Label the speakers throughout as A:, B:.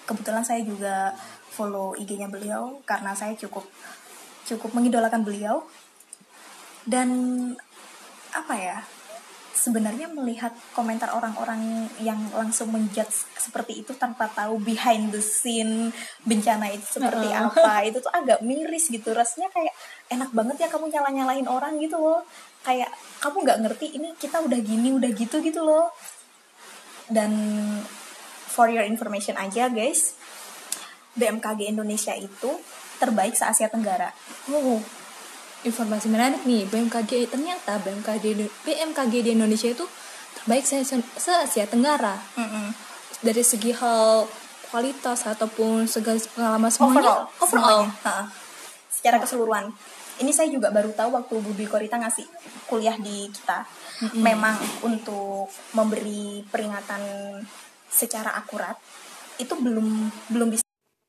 A: kebetulan saya juga follow IG-nya beliau karena saya cukup mengidolakan beliau. Dan apa ya, sebenarnya melihat komentar orang-orang yang langsung menjudge seperti itu tanpa tahu behind the scene bencana itu seperti apa, itu tuh agak miris gitu. Rasanya kayak enak banget ya kamu nyalahin orang gitu loh. Kayak kamu nggak ngerti ini kita udah gini udah gitu loh. Dan for your information aja guys, BMKG Indonesia itu terbaik se-Asia Tenggara.
B: Informasi menarik nih, ternyata BMKG di Indonesia itu terbaik se-Asia Tenggara. Dari segi hal kualitas ataupun segala pengalaman semuanya.
A: Overall. Secara keseluruhan. Ini saya juga baru tahu waktu Bu Dwi Korita ngasih kuliah di kita. Memang untuk memberi peringatan secara akurat itu belum bisa.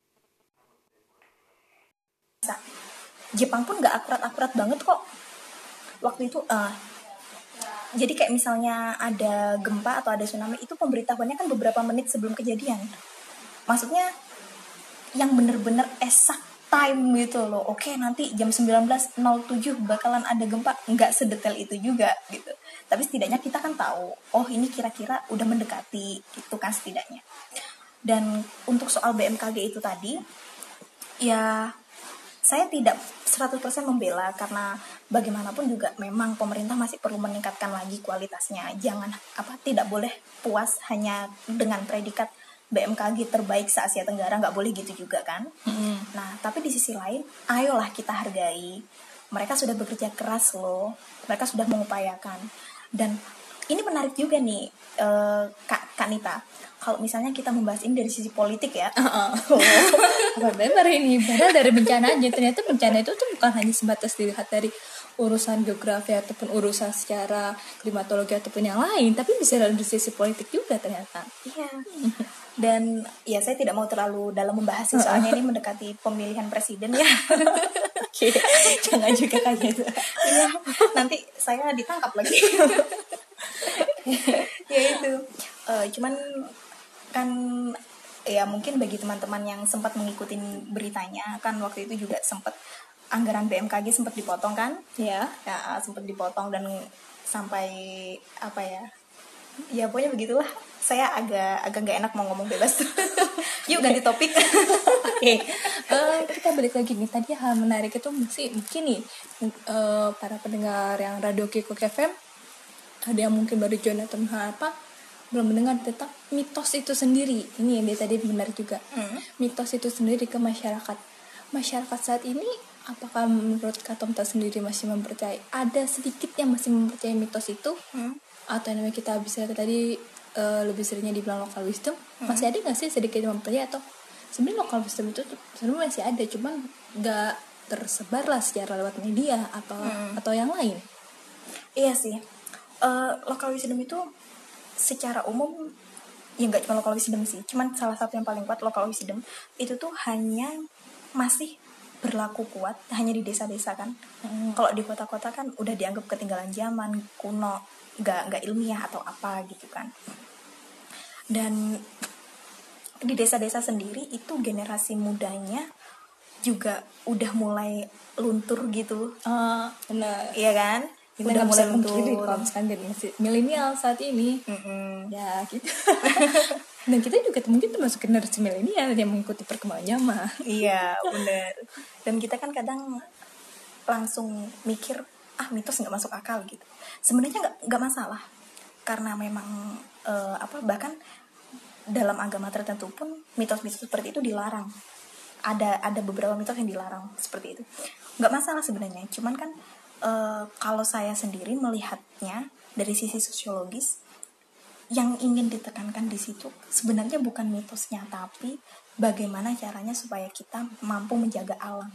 A: Jepang pun nggak akurat banget kok waktu itu. Jadi kayak misalnya ada gempa atau ada tsunami, itu pemberitahuannya kan beberapa menit sebelum kejadian. Maksudnya yang bener-bener exact time gitu loh. Oke, nanti jam 19.07 bakalan ada gempa. Nggak sedetail itu juga gitu. Tapi setidaknya kita kan tahu, oh ini kira-kira udah mendekati gitu kan setidaknya. Dan untuk soal BMKG itu tadi, ya saya tidak 100% membela, karena bagaimanapun juga memang pemerintah masih perlu meningkatkan lagi kualitasnya. Tidak boleh puas hanya dengan predikat BMKG terbaik se-Asia Tenggara, nggak boleh gitu juga kan. Nah, tapi di sisi lain, ayolah kita hargai. Mereka sudah bekerja keras loh, mereka sudah mengupayakan. Dan ini menarik juga nih, Kak Nita. Kalau misalnya kita membahas ini dari sisi politik ya.
B: Benar ini, padahal dari bencana aja. Ternyata bencana itu tuh bukan hanya sebatas dilihat dari urusan geografi ataupun urusan secara klimatologi ataupun yang lain, tapi bisa dari sisi politik juga ternyata.
A: Iya. Dan ya saya tidak mau terlalu dalam membahas soalnya ini mendekati pemilihan presiden ya.
B: Oke, jangan juga kayak gitu.
A: Iya, nanti saya ditangkap lagi. Ya itu. Cuman kan ya mungkin bagi teman-teman yang sempat mengikuti beritanya kan, waktu itu juga sempat anggaran BMKG sempat dipotong kan?
B: Ya,
A: sempat dipotong dan sampai apa ya? Ya pokoknya begitulah. Saya agak nggak enak mau ngomong bebas. Yuk ganti topik.
B: Oke. Kita balik lagi nih, tadi hal menarik itu mungkin nih para pendengar yang Radio Kikuk FM ada yang mungkin baru join atau belum mendengar tentang mitos itu sendiri. Ini yang dia tadi benar juga. Mitos itu sendiri ke masyarakat saat ini, apakah menurut Kak Tomta sendiri masih mempercayai? Ada sedikit yang masih mempercayai mitos itu, atau yang kita bisa tadi lebih seringnya dibilang local wisdom, masih ada nggak sih sedikit yang mempercayai? Atau sebenarnya local wisdom itu sebenarnya masih ada, cuman nggak tersebar lah secara lewat media atau yang lain?
A: Iya sih, local wisdom itu secara umum ya nggak cuma local wisdom sih, cuman salah satu yang paling kuat local wisdom itu tuh hanya masih berlaku kuat hanya di desa-desa kan. Kalau di kota-kota kan udah dianggap ketinggalan zaman, kuno, nggak ilmiah atau apa gitu kan. Dan di desa-desa sendiri itu generasi mudanya juga udah mulai luntur gitu.
B: Benar.
A: Iya kan?
B: Kita udah mulai mengkiri kalau misalkan jadi milenial saat ini. Ya gitu. Dan kita juga mungkin termasuk generasi milenial yang mengikuti perkembangan zaman.
A: Iya benar. Dan kita kan kadang langsung mikir mitos nggak masuk akal gitu. Sebenarnya nggak masalah, karena memang bahkan dalam agama tertentu pun mitos-mitos seperti itu dilarang. Ada beberapa mitos yang dilarang seperti itu. Nggak masalah sebenarnya. Cuman kan kalau saya sendiri melihatnya dari sisi sosiologis, yang ingin ditekankan di situ sebenarnya bukan mitosnya, tapi bagaimana caranya supaya kita mampu menjaga alam.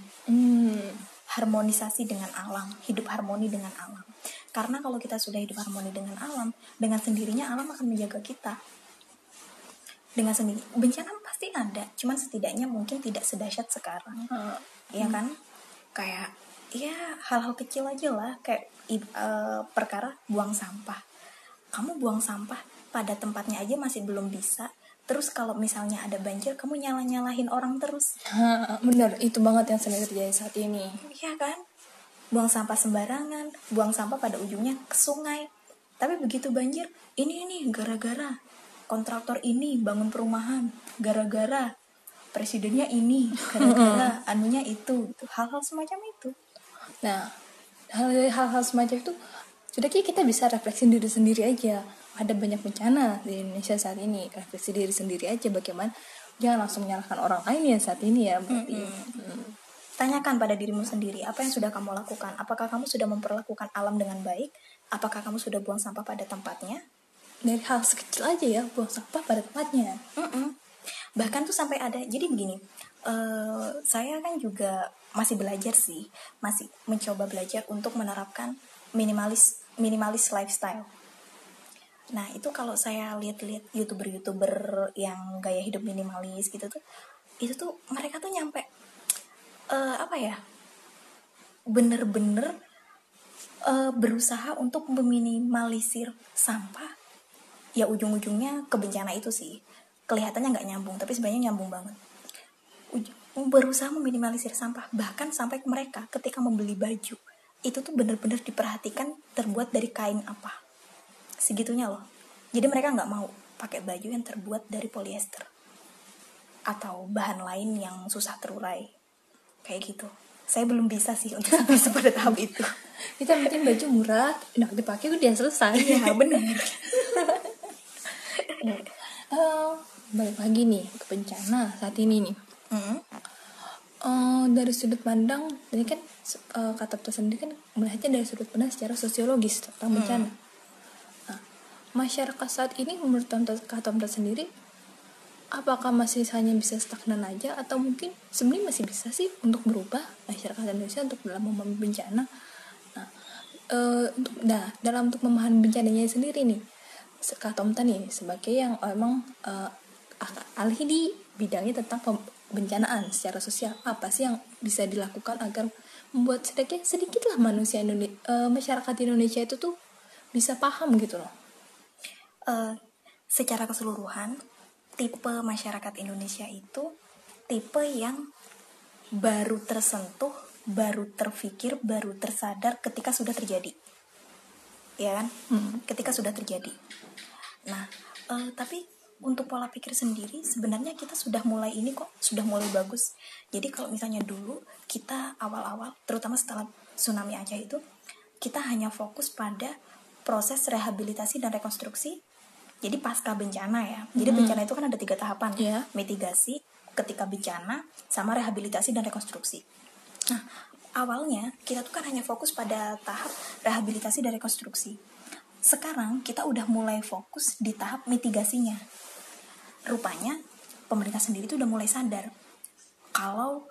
A: Harmonisasi dengan alam, hidup harmoni dengan alam. Karena kalau kita sudah hidup harmoni dengan alam, dengan sendirinya alam akan menjaga kita. Dengan sendiri, bencana pasti ada, cuman setidaknya mungkin tidak sedahsyat sekarang. Iya kan? Kayak ya hal-hal kecil aja lah, kayak perkara buang sampah. Kamu buang sampah pada tempatnya aja masih belum bisa, Terus kalau misalnya ada banjir, kamu nyalahin orang terus.
B: Bener, itu banget yang sering terjadi saat ini.
A: Iya kan? Buang sampah sembarangan, buang sampah pada ujungnya ke sungai. Tapi begitu banjir, ini gara-gara kontraktor ini bangun perumahan, gara-gara presidennya ini, gara-gara anunya itu, gitu. Hal-hal semacam itu.
B: Nah, hal-hal semacam itu sudah kita bisa refleksi diri sendiri aja. Ada banyak bencana di Indonesia saat ini, refleksi diri sendiri aja bagaimana, jangan langsung menyalahkan orang lain ya saat ini ya berarti.
A: Tanyakan pada dirimu sendiri, apa yang sudah kamu lakukan? Apakah kamu sudah memperlakukan alam dengan baik? Apakah kamu sudah buang sampah pada tempatnya?
B: Dari hal sekecil aja ya, buang sampah pada tempatnya.
A: Bahkan tuh sampai ada, jadi begini, saya kan juga masih belajar sih, masih mencoba belajar untuk menerapkan minimalis lifestyle. Nah itu kalau saya lihat-lihat youtuber yang gaya hidup minimalis gitu tuh, itu tuh mereka tuh nyampe apa ya, bener-bener berusaha untuk meminimalisir sampah. Ya ujung-ujungnya ke bencana itu sih. Kelihatannya nggak nyambung, tapi sebenarnya nyambung banget. Berusaha meminimalisir sampah, bahkan sampai mereka ketika membeli baju itu tuh bener-bener diperhatikan terbuat dari kain apa, segitunya loh. Jadi mereka nggak mau pakai baju yang terbuat dari polyester atau bahan lain yang susah terurai kayak gitu. Saya belum bisa sih untuk sampai pada tahap itu.
B: Itu yang penting baju murah, enak dipakai udah selesai.
A: Iya benar.
B: Balik lagi nih ke bencana saat ini nih. Dari sudut pandang, ini kan kata Tomta sendiri kan melihatnya dari sudut pandang secara sosiologis tentang bencana. Nah, masyarakat saat ini menurut kata Tomta sendiri, apakah masih hanya bisa stagnan aja atau mungkin sebenarnya masih bisa sih untuk berubah masyarakat Indonesia untuk dalam memahami bencana? Dalam untuk memahami bencananya sendiri nih, Kak Tomta nih sebagai yang emang ahli di bidangnya tentang bencanaan secara sosial, apa sih yang bisa dilakukan agar membuat sedikitlah masyarakat Indonesia itu tuh bisa paham gitu loh.
A: Secara keseluruhan, tipe masyarakat Indonesia itu tipe yang baru tersentuh, baru terfikir, baru tersadar ketika sudah terjadi, ya kan? Ketika sudah terjadi. Nah, tapi untuk pola pikir sendiri sebenarnya kita sudah mulai ini kok, sudah mulai bagus. Jadi kalau misalnya dulu kita awal-awal, terutama setelah tsunami Aceh itu, kita hanya fokus pada proses rehabilitasi dan rekonstruksi. Jadi pasca bencana ya. Jadi bencana itu kan ada 3 tahapan, mitigasi, ketika bencana, sama rehabilitasi dan rekonstruksi. Nah, awalnya kita tuh kan hanya fokus pada tahap rehabilitasi dan rekonstruksi. Sekarang kita udah mulai fokus di tahap mitigasinya. Rupanya pemerintah sendiri tuh udah mulai sadar kalau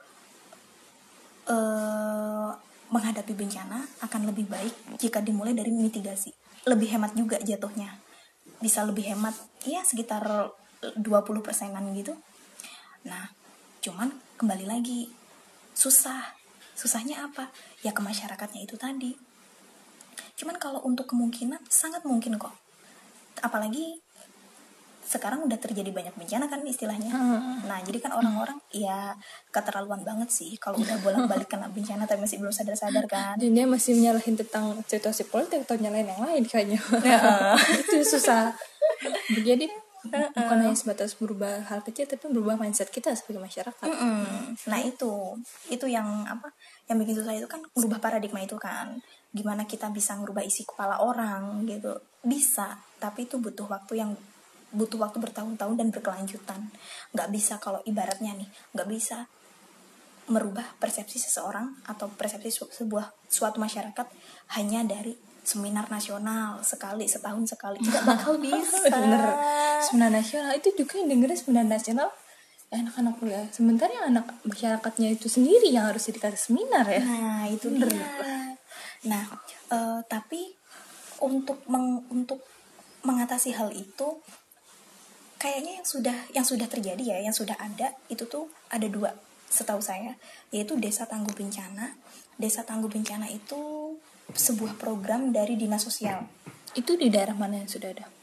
A: menghadapi bencana akan lebih baik jika dimulai dari mitigasi. Lebih hemat juga jatuhnya. Bisa lebih hemat, ya sekitar 20%-an gitu. Nah, cuman kembali lagi, susahnya apa? Ya ke masyarakatnya itu tadi. Cuman kalau untuk kemungkinan, sangat mungkin kok. Apalagi sekarang udah terjadi banyak bencana kan istilahnya. Nah, jadi kan orang-orang ya keterlaluan banget sih kalau udah bolak-balik kena bencana tapi masih belum sadar-sadar kan.
B: Dan dia masih menyalahin tentang situasi politik atau nyalahin yang lain kayaknya. Itu susah. Jadi bukan hanya sebatas berubah hal kecil tapi berubah mindset kita sebagai masyarakat.
A: Nah, itu yang apa? Yang bikin susah itu kan merubah paradigma itu kan. Gimana kita bisa ngerubah isi kepala orang gitu. Bisa, tapi itu butuh waktu bertahun-tahun dan berkelanjutan. Nggak bisa kalau ibaratnya nih, nggak bisa merubah persepsi seseorang atau persepsi suatu masyarakat hanya dari seminar nasional sekali, setahun sekali. Nggak bakal bisa.
B: Bener. Seminar nasional itu juga yang dengerin seminar nasional anak-anak kuliah. Sementara yang anak masyarakatnya itu sendiri yang harus dikasih seminar ya.
A: Nah, itu dia. Nah, tapi untuk mengatasi hal itu kayaknya yang sudah terjadi ya, yang sudah ada itu tuh ada 2 setahu saya, yaitu Desa Tangguh Bencana. Desa Tangguh Bencana itu sebuah program dari Dinas Sosial.
B: Itu di daerah mana yang sudah ada?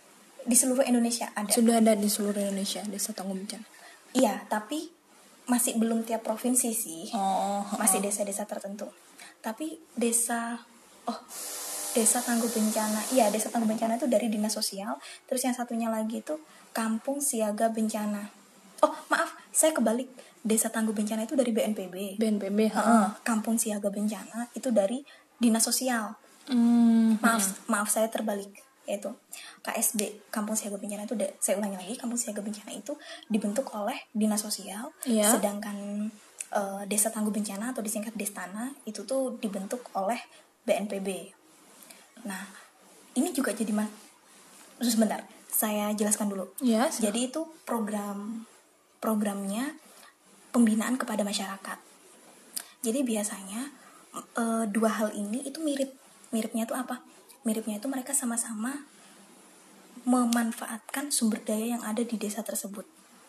A: di seluruh Indonesia ada.
B: Sudah ada di seluruh Indonesia desa tangguh bencana.
A: Iya, tapi masih belum tiap provinsi sih. Masih
B: Oh.
A: desa-desa tertentu. Tapi desa tangguh bencana. Iya, desa tangguh bencana itu dari Dinas Sosial. Terus yang satunya lagi itu Kampung Siaga Bencana. Oh, maaf, saya kebalik. Desa tangguh bencana itu dari BNPB.
B: BNPB.
A: Kampung Siaga Bencana itu dari Dinas Sosial. Maaf saya terbalik. Yaitu KSB, Kampung Siaga Bencana itu saya ulangi lagi, Kampung Siaga Bencana itu dibentuk oleh Dinas Sosial.
B: Iya.
A: Sedangkan Desa Tangguh Bencana atau disingkat Destana itu tuh dibentuk oleh BNPB. Nah, ini juga jadi sebentar, saya jelaskan dulu.
B: Iya.
A: Jadi itu programnya pembinaan kepada masyarakat. Jadi biasanya dua hal ini itu miripnya itu apa? Miripnya itu mereka sama-sama memanfaatkan sumber daya yang ada di desa tersebut.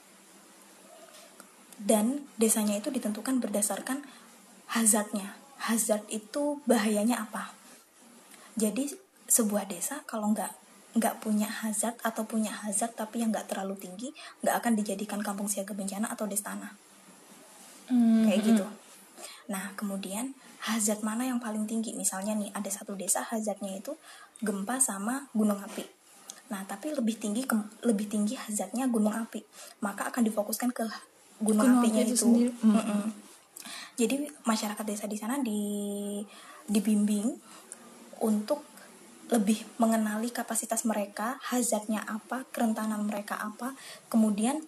A: Dan desanya itu ditentukan berdasarkan hazardnya. Hazard itu bahayanya apa? Jadi sebuah desa kalau nggak punya hazard atau punya hazard tapi yang nggak terlalu tinggi, nggak akan dijadikan kampung siaga bencana atau destana. Kayak gitu. Nah, kemudian hazard mana yang paling tinggi? Misalnya nih, ada satu desa hazardnya itu gempa sama gunung api. Nah, tapi lebih tinggi hazardnya gunung api. Maka akan difokuskan ke gunung apinya itu. Jadi masyarakat desa di sana dibimbing untuk lebih mengenali kapasitas mereka, hazardnya apa, kerentanan mereka apa, kemudian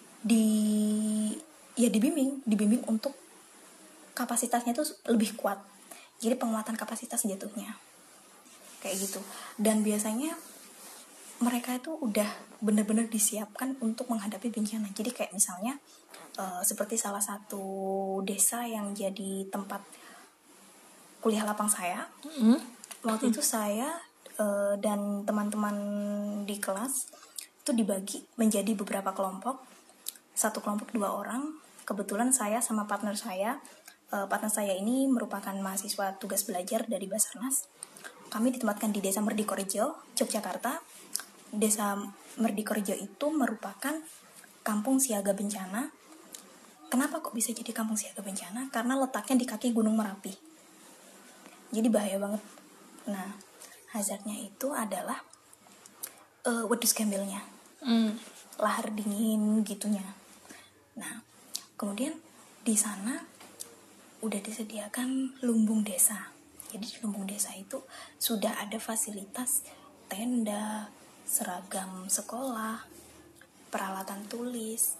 A: dibimbing untuk kapasitasnya itu lebih kuat. Jadi penguatan kapasitas jatuhnya kayak gitu. Dan biasanya mereka itu udah benar-benar disiapkan untuk menghadapi bencana. Jadi kayak misalnya seperti salah satu desa yang jadi tempat kuliah lapang saya. Waktu itu saya dan teman-teman di kelas itu dibagi menjadi beberapa kelompok. Satu kelompok 2 orang. Kebetulan saya sama partner saya ini merupakan mahasiswa tugas belajar dari Basarnas. Kami ditempatkan di Desa Merdikorejo, Yogyakarta. Desa Merdikorejo itu merupakan kampung siaga bencana. Kenapa kok bisa jadi kampung siaga bencana? Karena letaknya di kaki Gunung Merapi. Jadi bahaya banget. Nah, hazardnya itu adalah wedus gembelnya. Lahar dingin gitunya. Nah, kemudian di sana udah disediakan lumbung desa. Jadi di lumbung desa itu sudah ada fasilitas tenda, seragam sekolah, peralatan tulis,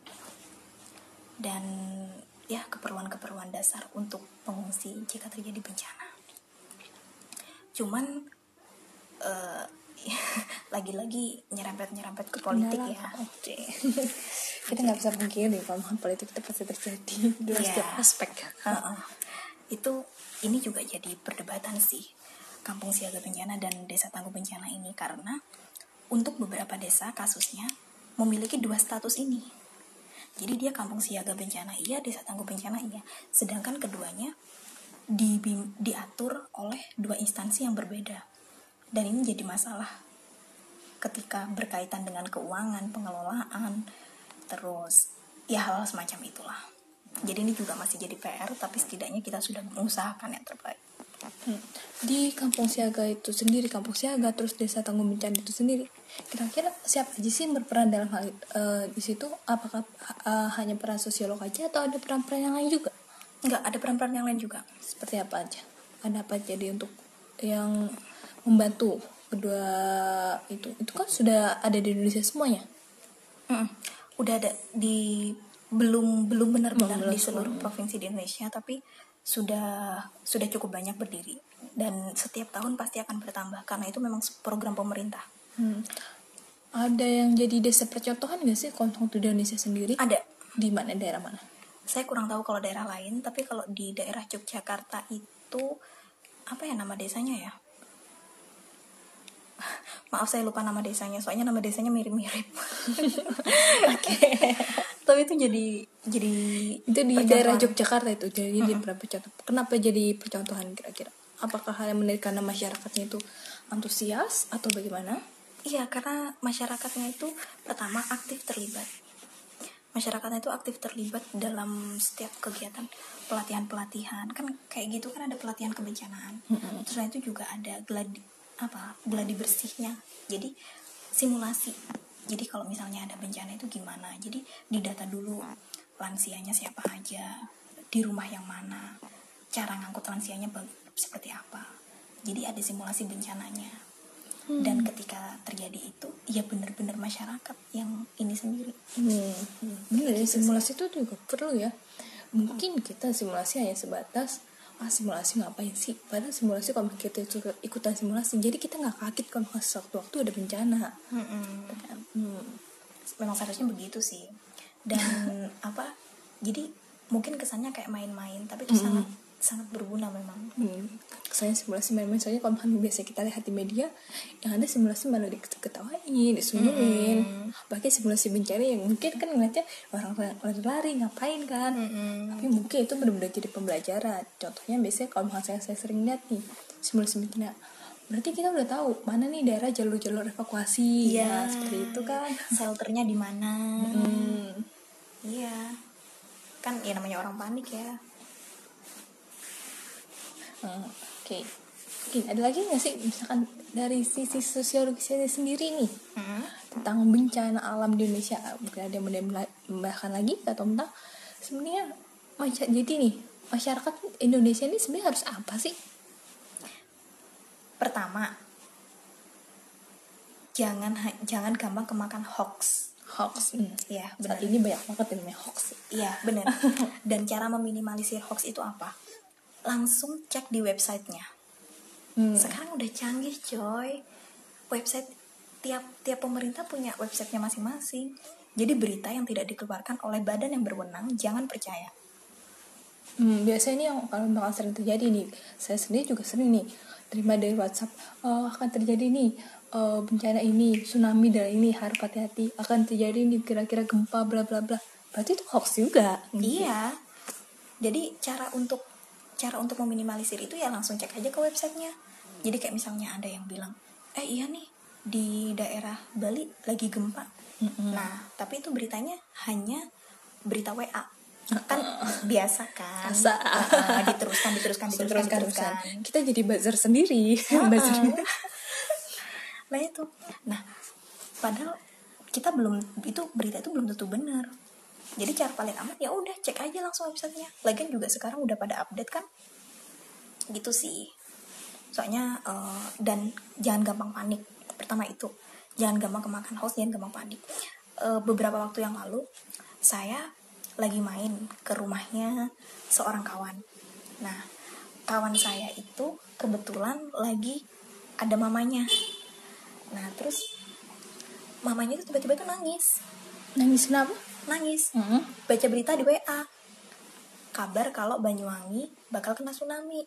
A: dan ya keperluan-keperluan dasar untuk pengungsi jika terjadi bencana. Cuman lagi-lagi nyerempet ke politik ya.
B: Kita nggak bisa pungkiri pemahaman politik itu pasti terjadi dalam setiap aspek.
A: Ini juga jadi perdebatan sih, kampung siaga bencana dan desa tangguh bencana ini, karena untuk beberapa desa kasusnya memiliki 2 status ini. Jadi dia kampung siaga bencana iya, desa tangguh bencana iya, sedangkan keduanya diatur oleh 2 instansi yang berbeda. Dan ini jadi masalah ketika berkaitan dengan keuangan, pengelolaan, terus ya hal-hal semacam itulah. Jadi ini juga masih jadi PR, tapi setidaknya kita sudah mengusahakan yang terbaik.
B: Di kampung siaga itu sendiri, kampung siaga terus desa tangguh bencana itu sendiri, kira-kira siapa aja sih berperan dalam hal di situ? Apakah hanya peran sosiolog aja atau ada peran-peran yang lain juga?
A: Enggak, ada peran-peran yang lain juga.
B: Seperti apa aja? Ada apa jadi untuk yang membantu kedua itu kan sudah ada di Indonesia semuanya?
A: Udah ada belum benar-benar di seluruh provinsi di Indonesia, tapi sudah cukup banyak berdiri, dan setiap tahun pasti akan bertambah karena itu memang program pemerintah.
B: Ada yang jadi desa percontohan nggak sih untuk di Indonesia sendiri?
A: Ada.
B: Di mana, daerah mana?
A: Saya kurang tahu kalau daerah lain, tapi kalau di daerah Yogyakarta itu apa ya nama desanya ya? Maaf saya lupa nama desanya, soalnya nama desanya mirip-mirip. Tapi itu jadi
B: itu di daerah Yogyakarta itu jadi percontohan. Kenapa jadi percontohan kira-kira? Apakah hal yang menarik karena masyarakatnya itu antusias atau bagaimana?
A: Iya, karena masyarakatnya itu pertama aktif terlibat. Masyarakatnya itu aktif terlibat dalam setiap kegiatan pelatihan-pelatihan. Kan kayak gitu kan ada pelatihan kebencanaan. Terus selain itu juga ada gladi bersihnya. Jadi simulasi. Jadi kalau misalnya ada bencana itu gimana? Jadi didata dulu lansianya siapa aja, di rumah yang mana, cara ngangkut lansianya seperti apa. Jadi ada simulasi bencananya. Dan ketika terjadi itu, ya benar-benar masyarakat yang ini sendiri.
B: Bener ya, simulasi itu juga perlu ya. Mungkin kita simulasi hanya sebatas simulasi ngapain sih, padahal simulasi kalau kita ikutan simulasi jadi kita nggak kaget kalau waktu ada bencana.
A: Memang seharusnya begitu sih. Dan jadi mungkin kesannya kayak main-main, tapi itu sangat sangat berguna memang.
B: Kesannya simulasi main-main, soalnya kalau biasa kita lihat di media yang ada simulasi malah diketawain, disenyumin. Pakai simulasi bencana yang mungkin kan ngeliatnya orang lari ngapain kan, tapi mungkin itu benar-benar jadi pembelajaran. Contohnya biasanya kalau saya sering lihat nih simulasi bencana, berarti kita udah tahu mana nih daerah jalur-jalur evakuasi.
A: Ya,
B: seperti itu kan,
A: shelternya di mana. Iya, kan ya namanya orang panik ya.
B: Oke. Mungkin ada lagi nggak sih misalkan dari sisi sosiologisnya sendiri nih tentang bencana alam di Indonesia? Mungkin ada yang menambahkan lagi atau tentang sebenarnya jadi nih masyarakat Indonesia ini sebenarnya harus apa sih?
A: Pertama, jangan gampang kemakan hoax. Ya, benar.
B: Saat ini banyak banget yang namanya hoax.
A: Iya, benar. Dan cara meminimalisir hoax itu apa? Langsung cek di websitenya. Sekarang udah canggih coy. Website tiap pemerintah punya websitenya masing-masing. Jadi berita yang tidak dikeluarkan oleh badan yang berwenang jangan percaya.
B: Biasanya ini yang kalau bakal sering terjadi nih, saya sendiri juga sering nih terima dari WhatsApp, akan terjadi nih bencana ini, tsunami dan ini harus hati-hati, akan terjadi nih kira-kira gempa bla bla bla. Berarti itu hoax juga.
A: Iya. Jadi cara untuk meminimalisir itu ya langsung cek aja ke websitenya. Jadi kayak misalnya ada yang bilang, iya nih di daerah Bali lagi gempa. Nah, tapi itu beritanya hanya berita WA. Kan biasa kan. Diteruskan.
B: Kita jadi buzzer sendiri. Buzzer.
A: Nah itu. Nah, padahal berita itu belum tentu benar. Jadi cara paling aman ya udah cek aja langsung websitenya. Lagian juga sekarang udah pada update kan, gitu sih. Soalnya dan jangan gampang panik. Pertama itu jangan gampang kemakan hoax, jangan gampang panik. Beberapa waktu yang lalu saya lagi main ke rumahnya seorang kawan. Nah, kawan saya itu kebetulan lagi ada mamanya. Nah, terus mamanya itu tiba-tiba tuh nangis.
B: Nangis kenapa?
A: Nangis. Baca berita di WA. Kabar kalau Banyuwangi bakal kena tsunami.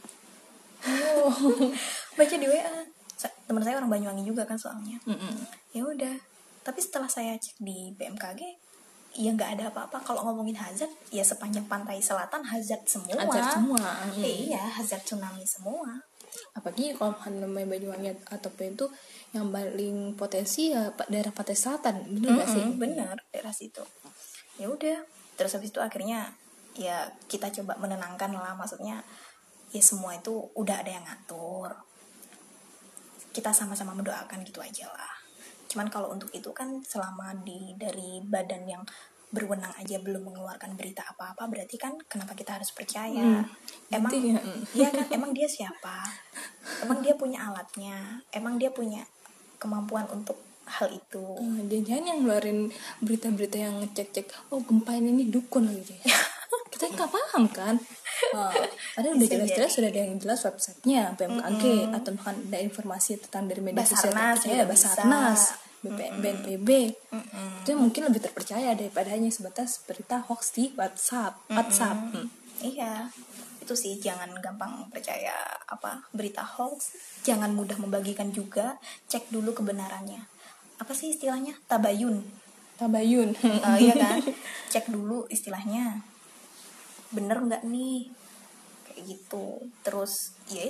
A: Baca di WA. Teman saya orang Banyuwangi juga kan soalnya. Ya udah. Tapi setelah saya cek di BMKG, ya nggak ada apa-apa. Kalau ngomongin hazard, ya sepanjang pantai selatan hazard semua. Iya, hazard tsunami semua.
B: Apalagi kalau namanya Banyuwangi ataupun itu yang paling potensi ya daerah pantai selatan, bener nggak sih?
A: Bener, daerah situ. Ya udah, terus habis itu akhirnya ya kita coba menenangkan lah, maksudnya ya semua itu udah ada yang ngatur. Kita sama-sama mendoakan gitu aja lah. Cuman kalau untuk itu kan selama dari badan yang berwenang aja belum mengeluarkan berita apa-apa, berarti kan kenapa kita harus percaya? Emang dia siapa? Emang dia punya alatnya? Emang dia punya kemampuan untuk hal itu?
B: Jangan yang ngeluarin berita-berita yang ngecek-cek, gempa ini dukun lagi. Kita nggak paham kan? Padahal udah jelas-jelas sudah ada yang jelas websitenya BMKG atau ada informasi tentang dari media sosial terpercaya, Basarnas, BNPB. Itu mungkin lebih terpercaya daripada hanya sebatas berita hoax di WhatsApp.
A: Iya, itu sih, jangan gampang percaya berita hoax, jangan mudah membagikan juga, cek dulu kebenarannya. Apa sih istilahnya? Tabayun. Iya kan? Cek dulu istilahnya bener nggak nih, kayak gitu. Terus ya itu,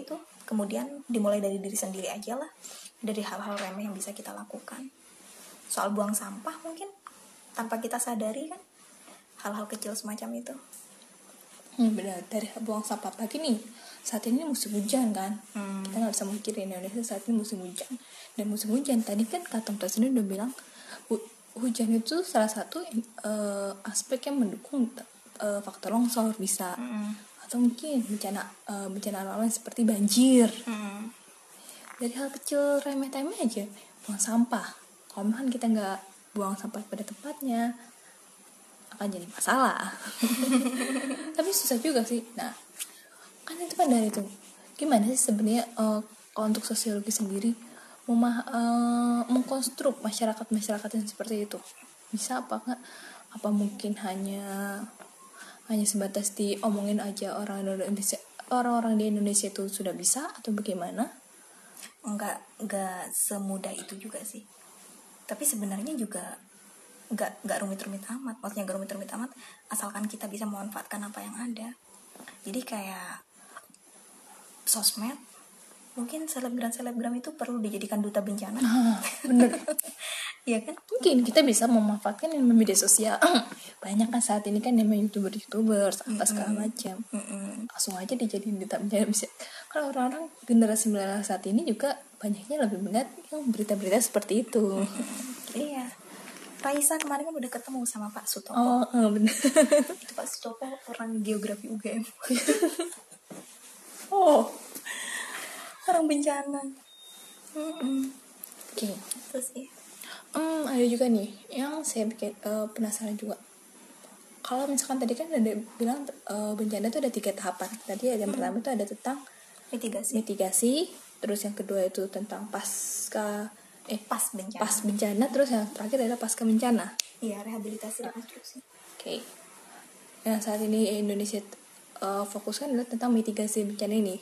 A: Kemudian dimulai dari diri sendiri aja lah, dari hal-hal remeh yang bisa kita lakukan. Soal buang sampah mungkin tanpa kita sadari kan, hal-hal kecil semacam itu.
B: Benar, dari buang sampah pagi nih, saat ini musim hujan kan, kita nggak bisa mikirin Indonesia saat ini musim hujan. Dan musim hujan tadi kan kata Presiden udah bilang hujan itu salah satu aspek yang mendukung faktor longsor bisa, atau mungkin bencana alam seperti banjir. Dari hal kecil remeh-temeh aja, buang sampah. Kalau misalkan kita nggak buang sampah pada tempatnya, akan jadi masalah. Tapi susah juga sih. Nah, kan itu kan dari itu. Gimana sih sebenarnya kalau untuk sosiologi sendiri mengkonstruk masyarakat yang seperti itu? Bisa apa enggak? Apa mungkin hanya sebatas diomongin aja orang-orang di Indonesia itu sudah bisa atau bagaimana?
A: Enggak semudah itu juga sih. Tapi sebenarnya juga enggak rumit-rumit amat. Maksudnya enggak rumit-rumit amat asalkan kita bisa memanfaatkan apa yang ada. Jadi kayak sosmed, mungkin selebgram itu perlu dijadikan duta bencana.
B: Bener.
A: Iya kan?
B: Mungkin kita bisa memanfaatkan yang media sosial. Banyak kan saat ini kan namanya youtuber apa segala macam. Langsung aja dijadiin duta bencana. Bisa. Kalau orang-orang generasi milenial saat ini juga banyaknya lebih melihat yang berita-berita seperti itu.
A: Iya. Raisa kemarin kan udah ketemu sama Pak Sutopo.
B: Oh, benar.
A: Itu Pak Sutopo orang geografi UGM.
B: Oh,
A: orang bencana.
B: Oke.
A: Itu sih.
B: Ada juga nih yang saya bikin penasaran juga. Kalau misalkan tadi kan ada bilang bencana itu ada 3 tahapan. Tadi yang pertama itu ada tentang mitigasi, terus yang kedua itu tentang pas bencana, terus yang terakhir adalah pasca bencana.
A: Iya, rehabilitasi rekonstruksi.
B: Oke. Yang saat ini Indonesia fokuskan adalah tentang mitigasi bencana ini.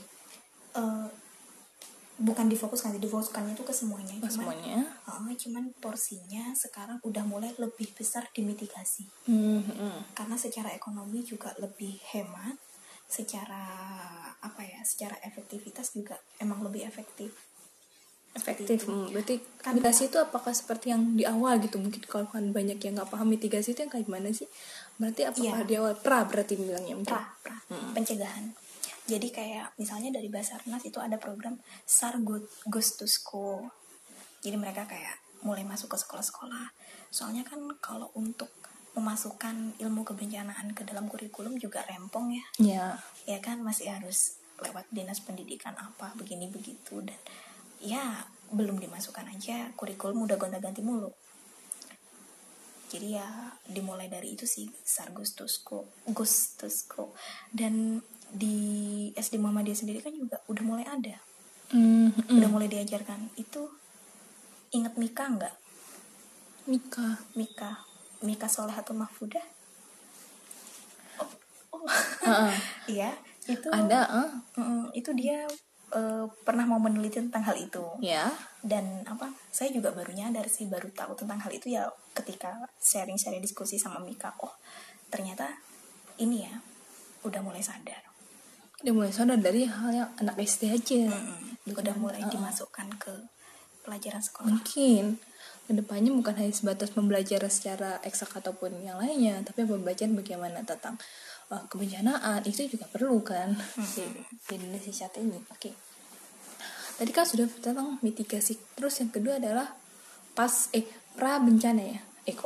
A: Bukan difokuskannya itu ke semuanya.
B: Cuman
A: porsinya sekarang udah mulai lebih besar di mitigasi. Karena secara ekonomi juga lebih hemat, secara efektivitas juga emang lebih efektif.
B: Berarti mitigasi itu apakah seperti yang di awal gitu? Mungkin kalau kan banyak yang nggak paham mitigasi itu yang kayak gimana sih? Berarti apakah di awal berarti bilangnya
A: pencegahan. Jadi kayak misalnya dari Basarnas itu ada program SAR Goes to School. Jadi mereka kayak mulai masuk ke sekolah-sekolah. Soalnya kan kalau untuk memasukkan ilmu kebencanaan ke dalam kurikulum juga rempong ya.
B: Iya.
A: Ya kan masih harus lewat dinas pendidikan apa begini begitu, dan ya belum dimasukkan aja kurikulum udah gonta-ganti mulu. Jadi ya dimulai dari itu sih, SAR Goes to School. Dan di SD Muhammadiyah sendiri kan juga udah mulai ada. Udah mulai diajarkan. Itu ingat Mika enggak? Mika Solehatul Mahfudah. Iya, itu
B: ada.
A: Itu dia pernah mau meneliti tentang hal itu.
B: Ya.
A: Dan saya juga baru tahu tentang hal itu ya ketika sharing diskusi sama Mika. Oh, ternyata ini ya udah mulai sadar.
B: Dari hal yang anak SD aja.
A: Udah mulai dimasukkan ke pelajaran sekolah.
B: Mungkin kedepannya bukan hanya sebatas membelajar secara eksak ataupun yang lainnya, tapi pembelajaran bagaimana tentang kebencanaan itu juga perlu kan di Indonesia saat ini. Oke. Tadi kan sudah tentang mitigasi. Terus yang kedua adalah pra bencana ya.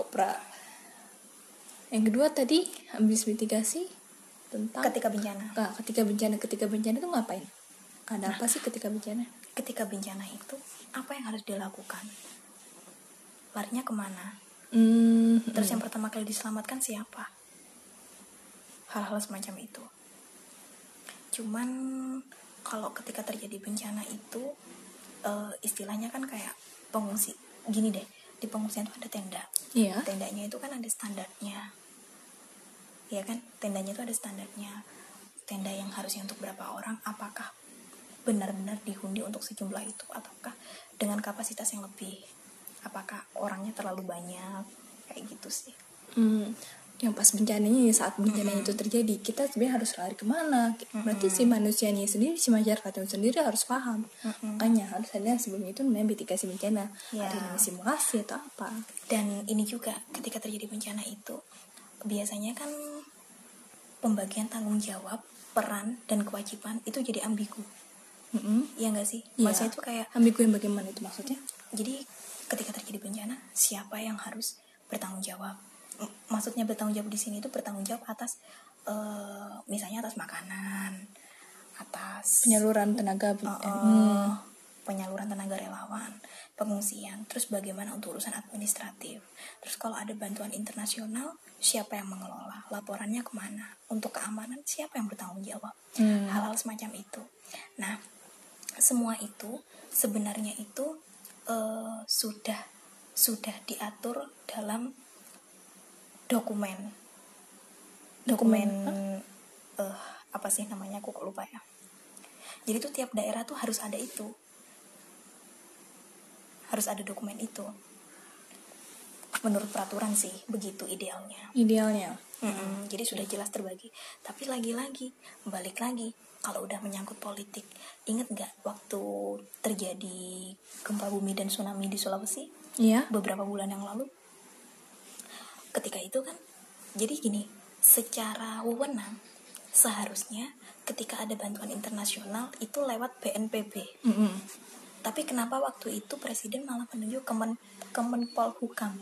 B: Yang kedua tadi habis mitigasi tentang
A: ketika bencana.
B: Ketika bencana itu ngapain? Ada apa sih ketika bencana?
A: Ketika bencana itu apa yang harus dilakukan? Larinya kemana? Terus yang pertama kali diselamatkan siapa? Hal-hal semacam itu. Cuman kalau ketika terjadi bencana itu istilahnya kan kayak pengungsi. Gini deh, di pengungsian itu ada tenda.
B: Iya.
A: Tendanya itu kan ada standarnya. Ya kan, tendanya itu ada standarnya. Tenda yang harusnya untuk berapa orang, apakah benar-benar dihundi untuk sejumlah itu, ataukah dengan kapasitas yang lebih, apakah orangnya terlalu banyak, kayak gitu sih.
B: yang pas bencananya, saat bencana itu terjadi, kita sebenarnya harus lari kemana. Berarti si manusianya sendiri, si masyarakatnya sendiri harus paham. Makanya harus ada sebelum itu namanya mitigasi bencana,
A: Ya.
B: ada namanya simulasi atau apa.
A: Dan ini juga ketika terjadi bencana itu biasanya kan pembagian tanggung jawab, peran dan kewajiban itu jadi ambigu. Iya nggak sih? Maksudnya itu kayak
B: ambigu yang bagaimana itu maksudnya?
A: Jadi ketika terjadi bencana, siapa yang harus bertanggung jawab? Maksudnya bertanggung jawab di sini itu bertanggung jawab atas misalnya atas makanan, atas
B: penyaluran tenaga,
A: penyaluran tenaga relawan, pengungsian, terus bagaimana untuk urusan administratif. Terus kalau ada bantuan internasional, siapa yang mengelola? Laporannya kemana? Untuk keamanan, siapa yang bertanggung jawab? Hal-hal semacam itu. Nah, semua itu sebenarnya itu sudah diatur dalam dokumen apa sih namanya, aku kok lupa ya. Jadi tuh tiap daerah tuh harus ada dokumen itu. Menurut peraturan sih begitu idealnya. Jadi sudah jelas terbagi. Tapi lagi-lagi balik lagi, kalau udah menyangkut politik, ingat nggak waktu terjadi gempa bumi dan tsunami di Sulawesi?
B: Iya.
A: Beberapa bulan yang lalu. Ketika itu kan, jadi gini, secara wewenang seharusnya ketika ada bantuan internasional itu lewat BNPB. Tapi kenapa waktu itu Presiden malah menunjuk Kemenpolhukam?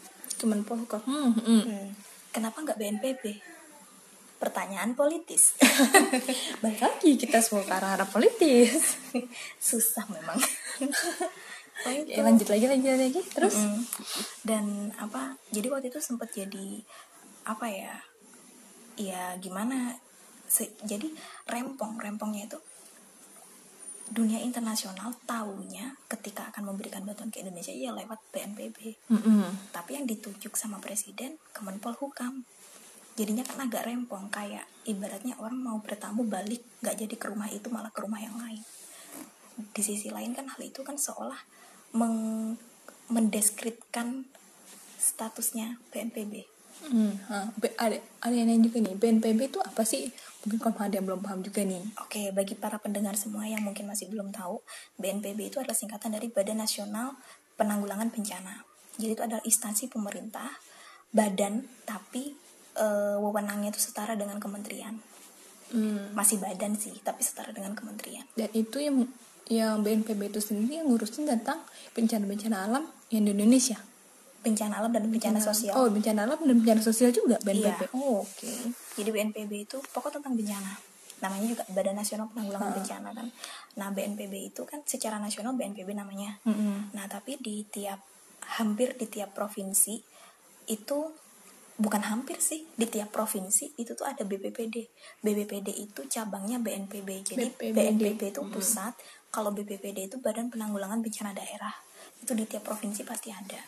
A: Kenapa nggak BNPB? Pertanyaan politis.
B: Balik lagi kita semua ke arah politis.
A: Susah memang.
B: Ya, lanjut lagi terus.
A: Dan apa? Jadi waktu itu sempat jadi apa ya? Ya gimana? Jadi rempongnya itu dunia internasional taunya ketika akan memberikan bantuan ke Indonesia ya lewat BNPB. Tapi yang ditunjuk sama Presiden Kemenpolhukam. Jadinya kan agak rempong, kayak ibaratnya orang mau bertamu balik gak jadi ke rumah itu malah ke rumah yang lain. Di sisi lain kan hal itu kan seolah mendeskripsikan statusnya BNPB.
B: Ada yang juga nih, BNPB itu apa sih? Mungkin kalau ada yang belum paham juga nih.
A: Oke, bagi para pendengar semua yang mungkin masih belum tahu, BNPB itu adalah singkatan dari Badan Nasional Penanggulangan Bencana. Jadi itu adalah instansi pemerintah, badan, tapi wewenangnya itu setara dengan kementerian. Masih badan sih, tapi setara dengan kementerian.
B: Dan itu yang BNPB itu sendiri yang ngurusin tentang bencana-bencana alam yang di Indonesia.
A: Bencana alam dan bencana sosial.
B: Oh, bencana alam dan bencana sosial juga BNPB.
A: Iya.
B: Oh, oke.
A: Jadi BNPB itu pokok tentang bencana. Namanya juga Badan Nasional Penanggulangan Bencana kan. Nah, BNPB itu kan secara nasional BNPB namanya. Nah, tapi hampir di tiap provinsi itu, bukan hampir sih, di tiap provinsi itu tuh ada BPPD. BPPD itu cabangnya BNPB. Jadi BNPB itu pusat, kalau BPPD itu Badan Penanggulangan Bencana Daerah. Itu di tiap provinsi pasti ada.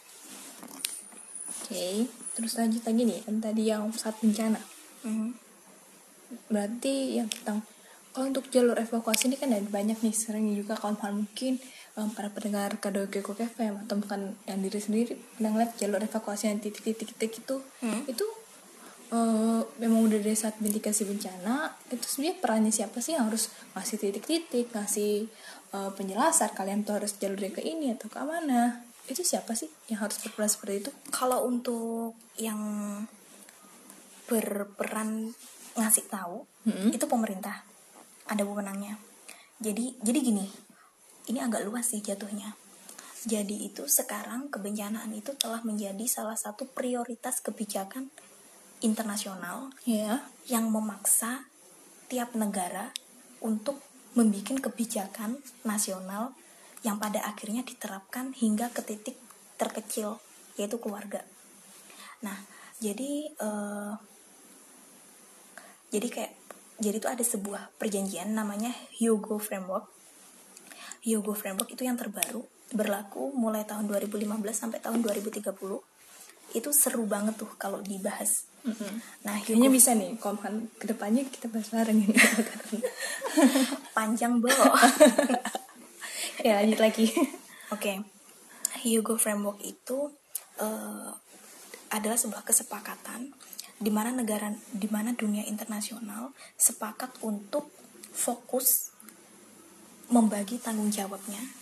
B: Oke, terus lanjut lagi nih, kan tadi yang saat bencana. Berarti yang kalau untuk jalur evakuasi ini kan ada banyak nih, sering juga kalau mungkin para pendengar Radioke FM atau bukan yang diri sendiri pernah ngeliat jalur evakuasi yang titik-titik itu, itu memang udah dari saat mitigasi bencana itu sebenarnya perannya siapa sih yang harus ngasih titik-titik, ngasih penjelasan kalian tuh harus jalurnya ke ini atau ke mana? Itu siapa sih yang harus berperan seperti itu?
A: Kalau untuk yang berperan ngasih tahu, itu pemerintah, ada wewenangnya. Jadi gini, ini agak luas sih jatuhnya. Jadi itu sekarang kebencanaan itu telah menjadi salah satu prioritas kebijakan internasional yang memaksa tiap negara untuk membuat kebijakan nasional yang pada akhirnya diterapkan hingga ke titik terkecil, yaitu keluarga. Nah, jadi itu ada sebuah perjanjian namanya Hyogo Framework. Hyogo Framework itu yang terbaru, berlaku mulai tahun 2015 sampai tahun 2030. Itu seru banget tuh kalau dibahas.
B: Nah, kayaknya bisa nih, kalau kan kedepannya kita bahas bareng ini.
A: Panjang, Bo.
B: Ya, lanjut lagi.
A: Oke. Hyogo Framework itu adalah sebuah kesepakatan di mana dunia internasional sepakat untuk fokus membagi tanggung jawab,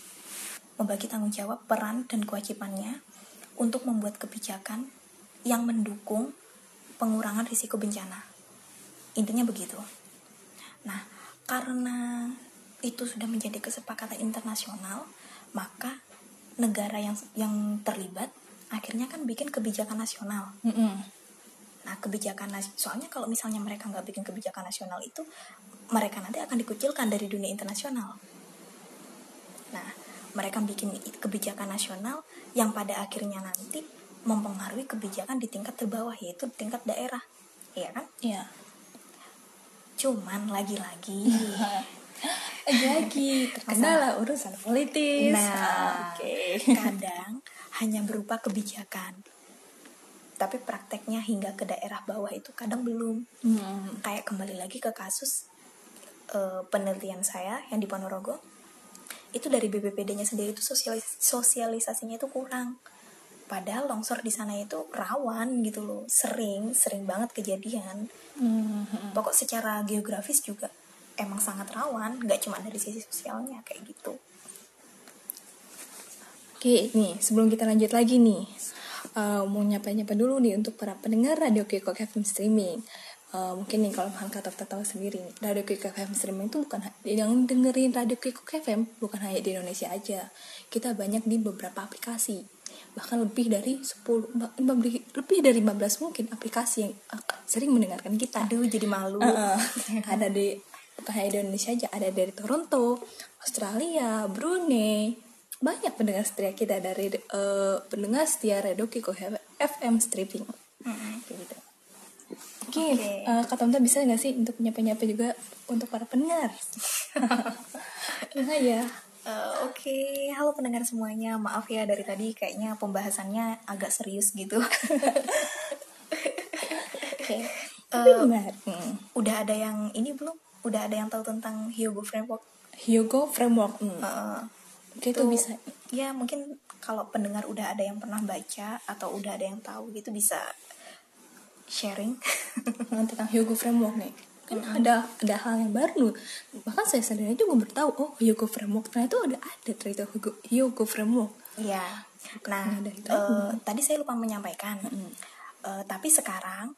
A: peran dan kewajibannya untuk membuat kebijakan yang mendukung pengurangan risiko bencana. Intinya begitu. Nah, karena itu sudah menjadi kesepakatan internasional, maka negara yang terlibat akhirnya kan bikin kebijakan nasional. Nah, soalnya kalau misalnya mereka nggak bikin kebijakan nasional itu, mereka nanti akan dikucilkan dari dunia internasional. Nah, mereka bikin kebijakan nasional yang pada akhirnya nanti mempengaruhi kebijakan di tingkat terbawah, yaitu di tingkat daerah, iya kan?
B: Iya.
A: Cuman lagi
B: terkendala urusan politis.
A: Nah, kadang hanya berupa kebijakan, tapi prakteknya hingga ke daerah bawah itu kadang belum. Kayak kembali lagi ke kasus penelitian saya yang di Ponorogo, itu dari BPPD-nya sendiri itu sosialisasinya itu kurang. Padahal longsor di sana itu rawan gitu loh, sering banget kejadian. Pokok secara geografis juga emang sangat rawan, nggak cuma dari sisi sosialnya kayak gitu.
B: Oke, nih sebelum kita lanjut lagi nih, mau nyapa dulu nih untuk para pendengar Radio Kikok FM Streaming. Mungkin nih kalau kata tahu sendiri, Radio Kikok FM Streaming itu bukan yang dengerin Radio Kikok FM bukan hanya di Indonesia aja. Kita banyak di beberapa aplikasi, bahkan lebih dari 15 mungkin aplikasi yang sering mendengarkan kita.
A: Aduh, jadi malu.
B: Ada di bukan hanya di Indonesia aja, ada dari Toronto, Australia, Brunei. Banyak pendengar setia kita dari pendengar setia Radio Kikok FM Streaming. Gitu. Oke. Kak Tomta bisa nggak sih untuk nyapa juga untuk para pendengar? Ya.
A: Oke, halo pendengar semuanya. Maaf ya dari tadi kayaknya pembahasannya agak serius gitu.
B: Oke. Benar.
A: Udah ada yang ini belum? Udah ada yang tahu tentang Hyogo Framework?
B: Hyogo Framework. Oke, itu bisa.
A: Ya, mungkin kalau pendengar udah ada yang pernah baca atau udah ada yang tahu gitu bisa sharing
B: tentang Hyogo Framework nih. Kan ada hal yang baru. Bahkan saya sendiri juga baru tahu, oh Hyogo Framework ternyata ada cerita Hyogo Framework.
A: Iya. Nah, tadi saya lupa menyampaikan. Tapi sekarang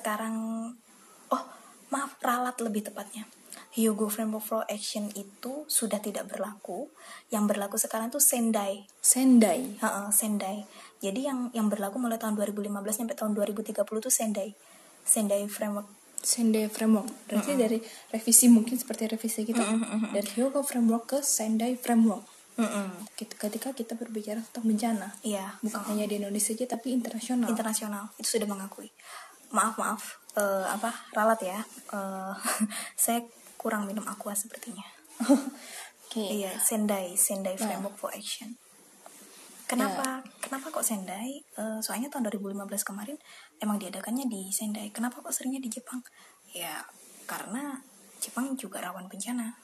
A: ralat lebih tepatnya. Hyogo Framework for Action itu sudah tidak berlaku. Yang berlaku sekarang tuh Sendai. Sendai. Jadi yang berlaku mulai tahun 2015 sampai tahun 2030 tuh Sendai Framework.
B: Berarti dari revisi mungkin seperti revisi kita dari Hyogo Framework ke Sendai Framework. Ketika kita berbicara tentang bencana,
A: iya,
B: bukan hanya di Indonesia aja tapi internasional
A: itu sudah mengakui. Maaf ralat ya. Saya kurang minum aqua sepertinya.
B: Okay.
A: Iya, Sendai Framework for Action. Kenapa kok Sendai? Soalnya tahun 2015 kemarin emang diadakannya di Sendai. Kenapa kok seringnya di Jepang? Ya karena Jepang juga rawan bencana.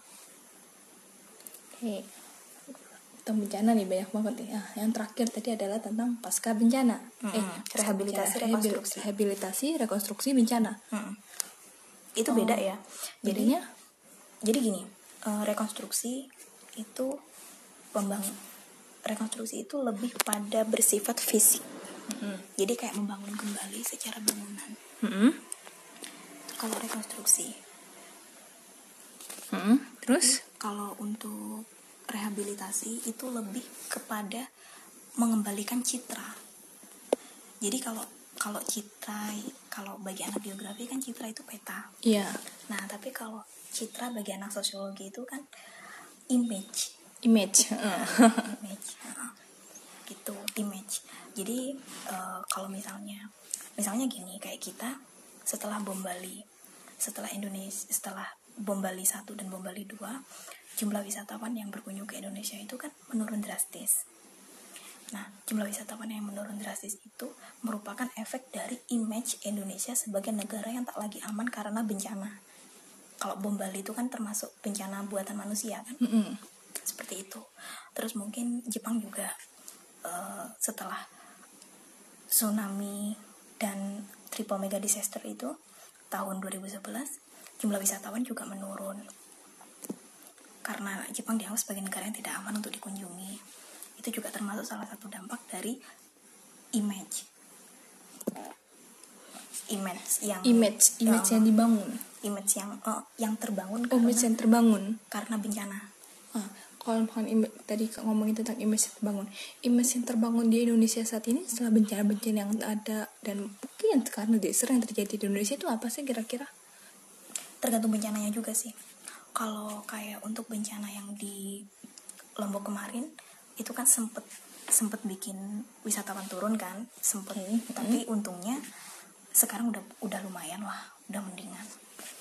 B: Oke. Tentang bencana nih banyak banget nih. Yang terakhir tadi adalah tentang pasca bencana. Rehabilitasi rekonstruksi bencana.
A: Itu beda ya.
B: Jadinya
A: jadi gini, rekonstruksi itu lebih pada bersifat fisik. Jadi kayak membangun kembali secara bangunan. Kalau rekonstruksi.
B: Terus
A: kalau untuk rehabilitasi itu lebih kepada mengembalikan citra. Jadi kalau citra, kalau bagi anak geografi kan citra itu peta.
B: Iya.
A: Nah, tapi kalau citra bagi anak sosiologi itu kan image. Gitu, image. Jadi kalau misalnya gini, kayak kita setelah Bom Bali 1 dan Bom Bali 2, jumlah wisatawan yang berkunjung ke Indonesia itu kan menurun drastis. Nah, jumlah wisatawan yang menurun drastis itu merupakan efek dari image Indonesia sebagai negara yang tak lagi aman karena bencana. Kalau Bom Bali itu kan termasuk bencana buatan manusia kan? Seperti itu. Terus mungkin Jepang juga setelah tsunami dan triple mega disaster itu tahun 2011, jumlah wisatawan juga menurun karena Jepang dianggap sebagai negara yang tidak aman untuk dikunjungi. Itu juga termasuk salah satu dampak dari image yang
B: dibangun.
A: Image yang terbangun
B: Image yang terbangun
A: karena bencana.
B: Kalau tadi ngomongin tentang image yang terbangun di Indonesia saat ini setelah bencana-bencana yang ada dan mungkin karena disaster yang terjadi di Indonesia itu apa sih kira-kira?
A: Tergantung bencananya juga sih. Kalau kayak untuk bencana yang di Lombok kemarin itu kan sempet bikin wisatawan turun kan, tapi untungnya sekarang udah lumayan lah, udah mendingan.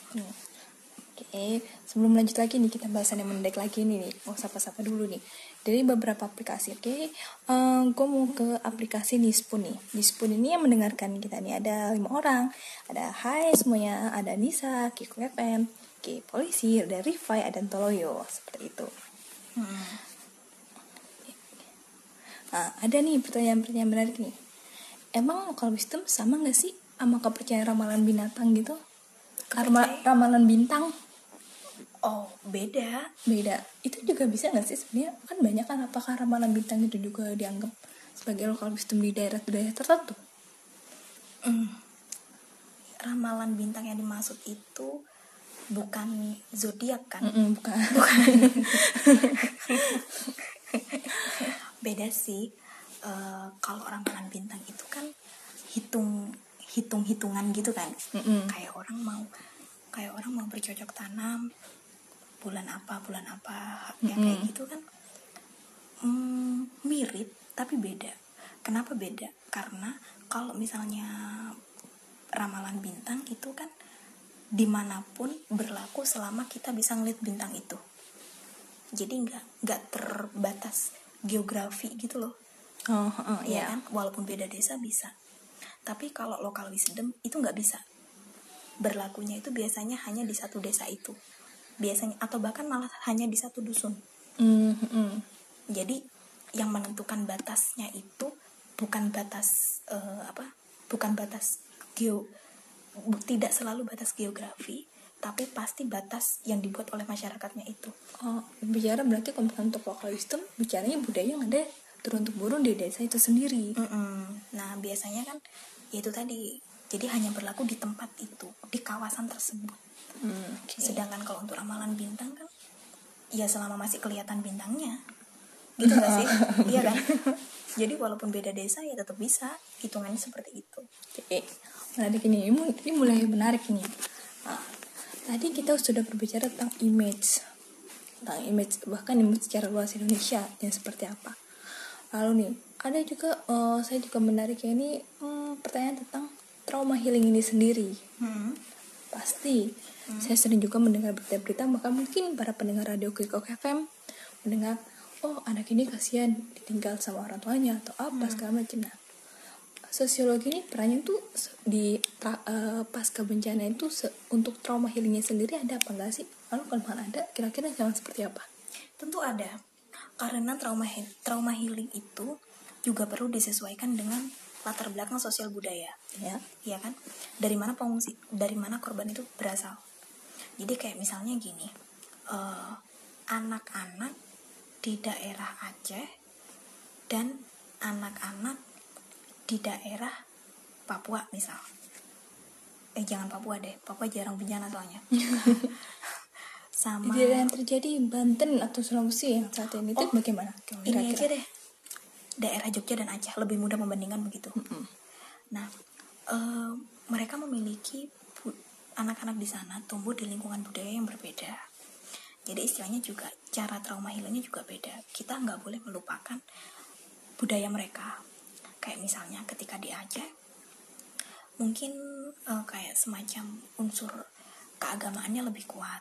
B: Oke, sebelum lanjut lagi nih kita bahasan yang menarik lagi nih, mau sapa-sapa dulu nih. Dari beberapa aplikasi, gue mau ke aplikasi Nispun nih. Nispun ini yang mendengarkan kita nih ada 5 orang. Ada Hai semuanya, ada Nisa, Kiko FM, Polisi, ada Rifai, ada Toloyo, seperti itu. Nah, ada nih pertanyaan-pertanyaan menarik nih. Emang local wisdom sama gak sih sama kepercayaan ramalan binatang gitu? Ramalan bintang?
A: Oh, beda.
B: Itu juga bisa gak sih sebenarnya? Kan banyak kan, apakah ramalan bintang itu juga dianggap sebagai local wisdom di daerah tertentu?
A: Ramalan bintang yang dimaksud itu bukan zodiak kan?
B: Bukan.
A: Beda sih. Kalau ramalan bintang itu kan hitung-hitungan gitu kan. Kayak orang mau bercocok tanam bulan apa ya kayak gitu kan. Mirip tapi beda. Kenapa beda? Karena kalau misalnya ramalan bintang itu kan dimanapun berlaku selama kita bisa ngeliat bintang itu. Jadi nggak terbatas geografi gitu loh. Ya kan, walaupun beda desa bisa. Tapi kalau local wisdom itu nggak bisa. Berlakunya itu biasanya hanya di satu desa itu. Biasanya atau bahkan malah hanya di satu dusun. Jadi yang menentukan batasnya itu bukan batas tidak selalu batas geografi, tapi pasti batas yang dibuat oleh masyarakatnya itu.
B: Bicara berarti kalau untuk local wisdom bicaranya budaya yang ada turun-temurun di desa itu sendiri.
A: Nah biasanya kan itu tadi, jadi hanya berlaku di tempat itu, di kawasan tersebut. Sedangkan kalau untuk ramalan bintang kan ya selama masih kelihatan bintangnya gitu gak sih? Iya kan? Jadi walaupun beda desa ya tetap bisa hitungannya seperti itu.
B: Menarik ini mulai menarik nih. Tadi kita sudah berbicara tentang image bahkan image secara luas Indonesia yang seperti apa. Lalu nih ada juga saya juga menarik ya ini pertanyaan tentang trauma healing ini sendiri. Pasti saya sering juga mendengar berita-berita, maka mungkin para pendengar radio Kiko FM mendengar, oh anak ini kasihan ditinggal sama orang tuanya atau apa segala macam. Nah, sosiologi ini perannya tuh di pasca bencana itu untuk trauma healingnya sendiri ada apa enggak sih? Lalu kalau ada, kira-kira jalan seperti apa?
A: Tentu ada, karena trauma healing itu juga perlu disesuaikan dengan latar belakang sosial budaya, ya kan? Dari mana korban itu berasal? Jadi kayak misalnya gini, anak-anak di daerah Aceh dan anak-anak di daerah Papua misal. Jangan Papua deh, Papua jarang bencana soalnya. Sama
B: di daerah yang terjadi Banten atau Sulawesi yang saat ini itu bagaimana?
A: Ini aja deh, daerah Jogja dan Aceh lebih mudah membandingkan begitu. Nah, mereka memiliki anak-anak di sana tumbuh di lingkungan budaya yang berbeda. Jadi istilahnya juga cara trauma healingnya juga beda. Kita nggak boleh melupakan budaya mereka. Kayak misalnya ketika di Aceh, mungkin kayak semacam unsur keagamaannya lebih kuat.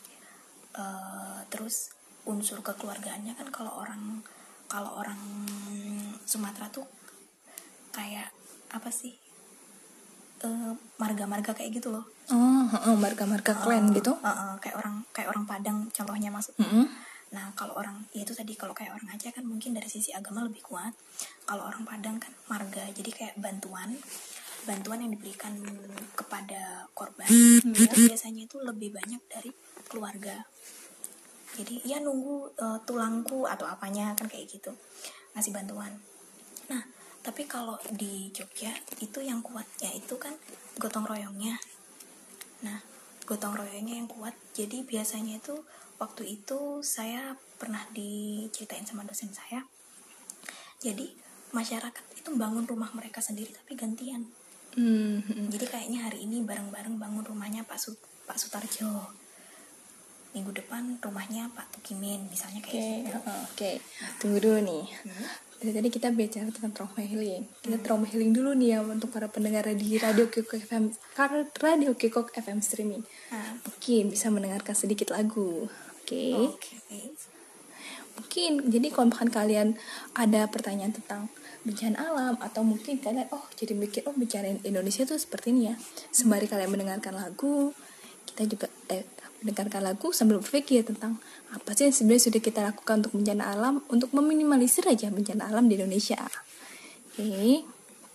A: Terus unsur kekeluargaannya kan kalau orang Sumatera tuh kayak apa sih? Marga-marga kayak gitu loh.
B: Marga-marga klan gitu.
A: Kayak orang Padang contohnya maksud. Nah, kalau orang ya itu tadi, kalau kayak orang Aceh kan mungkin dari sisi agama lebih kuat. Kalau orang Padang kan marga, jadi kayak bantuan. bantuan yang diberikan kepada korban itu biasanya itu lebih banyak dari keluarga. Jadi ya nunggu tulangku atau apanya kan kayak gitu ngasih bantuan. Nah tapi kalau di Jogja itu yang kuat ya itu kan gotong royongnya. Nah gotong royongnya yang kuat. Jadi biasanya itu waktu itu saya pernah diceritain sama dosen saya. Jadi masyarakat itu bangun rumah mereka sendiri tapi gantian. Jadi kayaknya hari ini bareng-bareng bangun rumahnya Pak Sutarjo, minggu depan rumahnya Pak Tukimin misalnya kayak gitu.
B: Oke. Tunggu dulu nih. Dari tadi kita bicara tentang trauma healing. Kita trauma healing dulu nih ya untuk para pendengar di Radio Kikok FM, Radio Kikok FM streaming. Mungkin bisa mendengarkan sedikit lagu. Oke. Mungkin jadi kalau misalkan kalian ada pertanyaan tentang bencana alam atau mungkin kalian jadi mikir bencana Indonesia tuh seperti ini ya. Sembari kalian mendengarkan lagu, kita juga mendengarkan lagu sambil berpikir tentang apa sih yang sebenarnya sudah kita lakukan untuk bencana alam untuk meminimalisir aja bencana alam di Indonesia. Oke.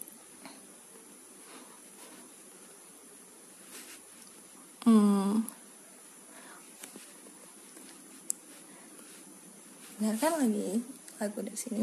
B: Dengarkan lagi lagu dari sini.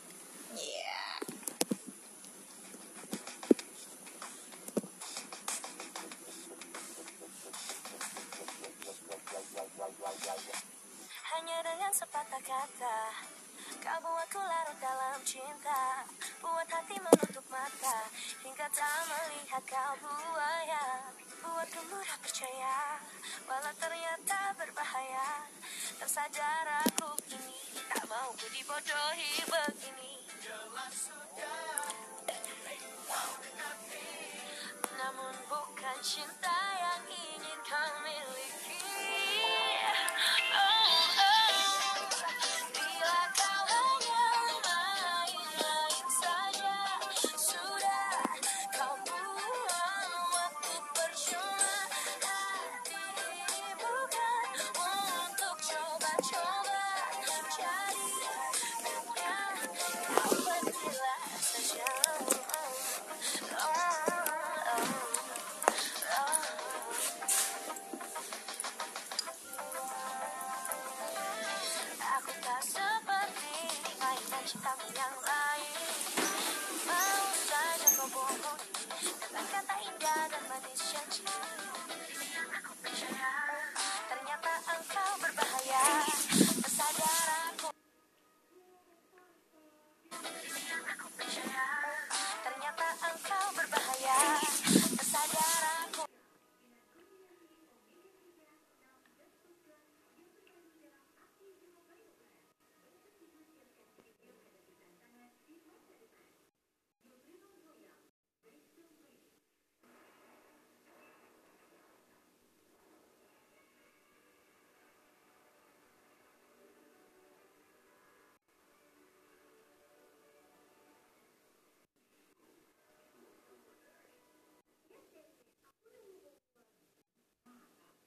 C: Hanya dengan sepatah kata kau buatku larut dalam cinta, buat hati menutup mata hingga tak melihat kau buaya, buatku mudah percaya walau ternyata berbahaya. Tersadar aku kini tak mau ku dibodohi begini. Namun bukan cinta ya